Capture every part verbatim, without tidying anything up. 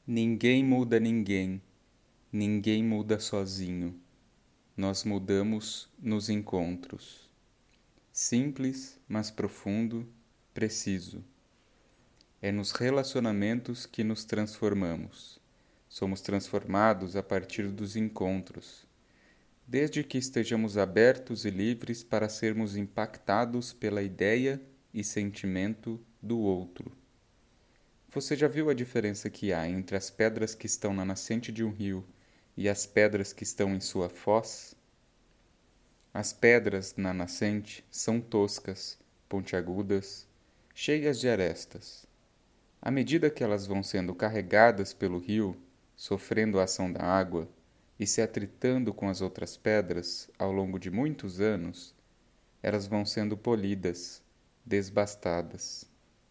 Ninguém muda ninguém, ninguém muda sozinho. Nós mudamos nos encontros. Simples, mas profundo, preciso. É nos relacionamentos que nos transformamos. Somos transformados a partir dos encontros, desde que estejamos abertos e livres para sermos impactados pela ideia e sentimento do outro. Você já viu a diferença que há entre as pedras que estão na nascente de um rio e as pedras que estão em sua foz? As pedras na nascente são toscas, pontiagudas, cheias de arestas. À medida que elas vão sendo carregadas pelo rio, sofrendo a ação da água e se atritando com as outras pedras ao longo de muitos anos, elas vão sendo polidas, desbastadas.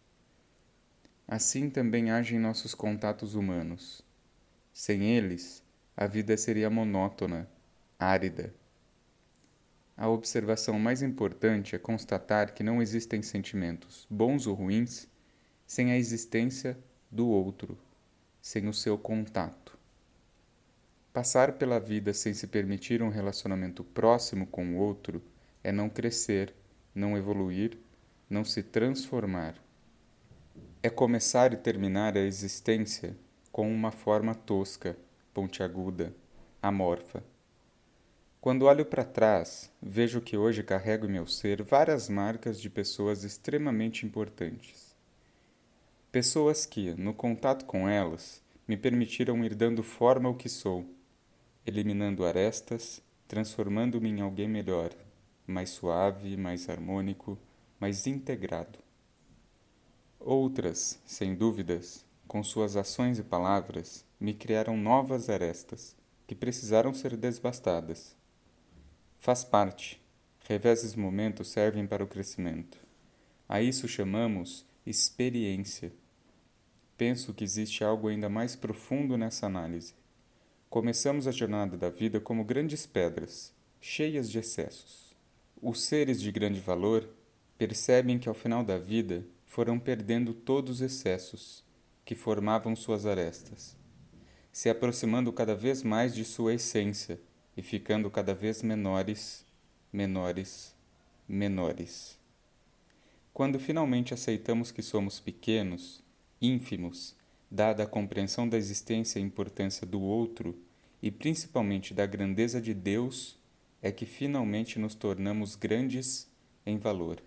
Assim também agem nossos contatos humanos. Sem eles, a vida seria monótona, árida. A observação mais importante é constatar que não existem sentimentos, bons ou ruins, sem a existência do outro, sem o seu contato. Passar pela vida sem se permitir um relacionamento próximo com o outro é não crescer, não evoluir, não se transformar. É começar e terminar a existência com uma forma tosca, pontiaguda, amorfa. Quando olho para trás, vejo que hoje carrego em meu ser várias marcas de pessoas extremamente importantes. Pessoas que, no contato com elas, me permitiram ir dando forma ao que sou, eliminando arestas, transformando-me em alguém melhor, mais suave, mais harmônico, mais integrado. Outras, sem dúvidas, com suas ações e palavras, me criaram novas arestas, que precisaram ser desbastadas. Faz parte. Reveses momentos servem para o crescimento. A isso chamamos experiência. Penso que existe algo ainda mais profundo nessa análise. Começamos a jornada da vida como grandes pedras, cheias de excessos. Os seres de grande valor percebem que ao final da vida foram perdendo todos os excessos que formavam suas arestas, se aproximando cada vez mais de sua essência e ficando cada vez menores, menores, menores. Quando finalmente aceitamos que somos pequenos, ínfimos, dada a compreensão da existência e importância do outro e principalmente da grandeza de Deus, é que finalmente nos tornamos grandes em valor.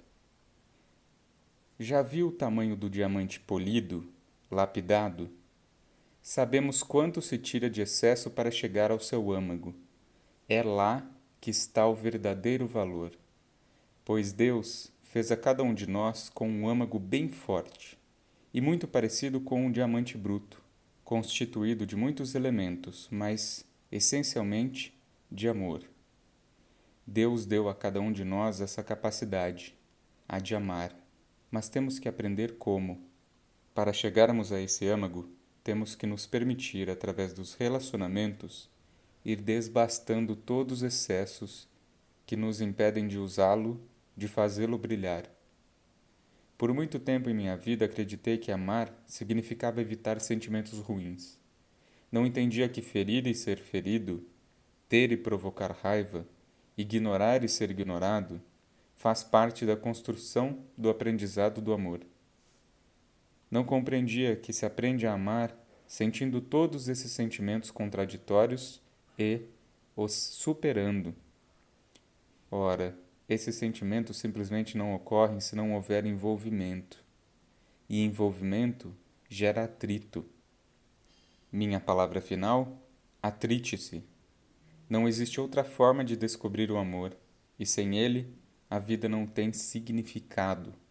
Já viu o tamanho do diamante polido, lapidado? Sabemos quanto se tira de excesso para chegar ao seu âmago. É lá que está o verdadeiro valor, pois Deus fez a cada um de nós com um âmago bem forte e muito parecido com um diamante bruto, constituído de muitos elementos, mas, essencialmente, de amor. Deus deu a cada um de nós essa capacidade, a de amar, mas temos que aprender como. Para chegarmos a esse âmago, temos que nos permitir, através dos relacionamentos, ir desbastando todos os excessos que nos impedem de usá-lo, de fazê-lo brilhar. Por muito tempo em minha vida acreditei que amar significava evitar sentimentos ruins. Não entendia que ferir e ser ferido, ter e provocar raiva, ignorar e ser ignorado, faz parte da construção do aprendizado do amor. Não compreendia que se aprende a amar sentindo todos esses sentimentos contraditórios e os superando. Ora, esses sentimentos simplesmente não ocorrem se não houver envolvimento. E envolvimento gera atrito. Minha palavra final? Atrite-se. Não existe outra forma de descobrir o amor, e sem ele, a vida não tem significado.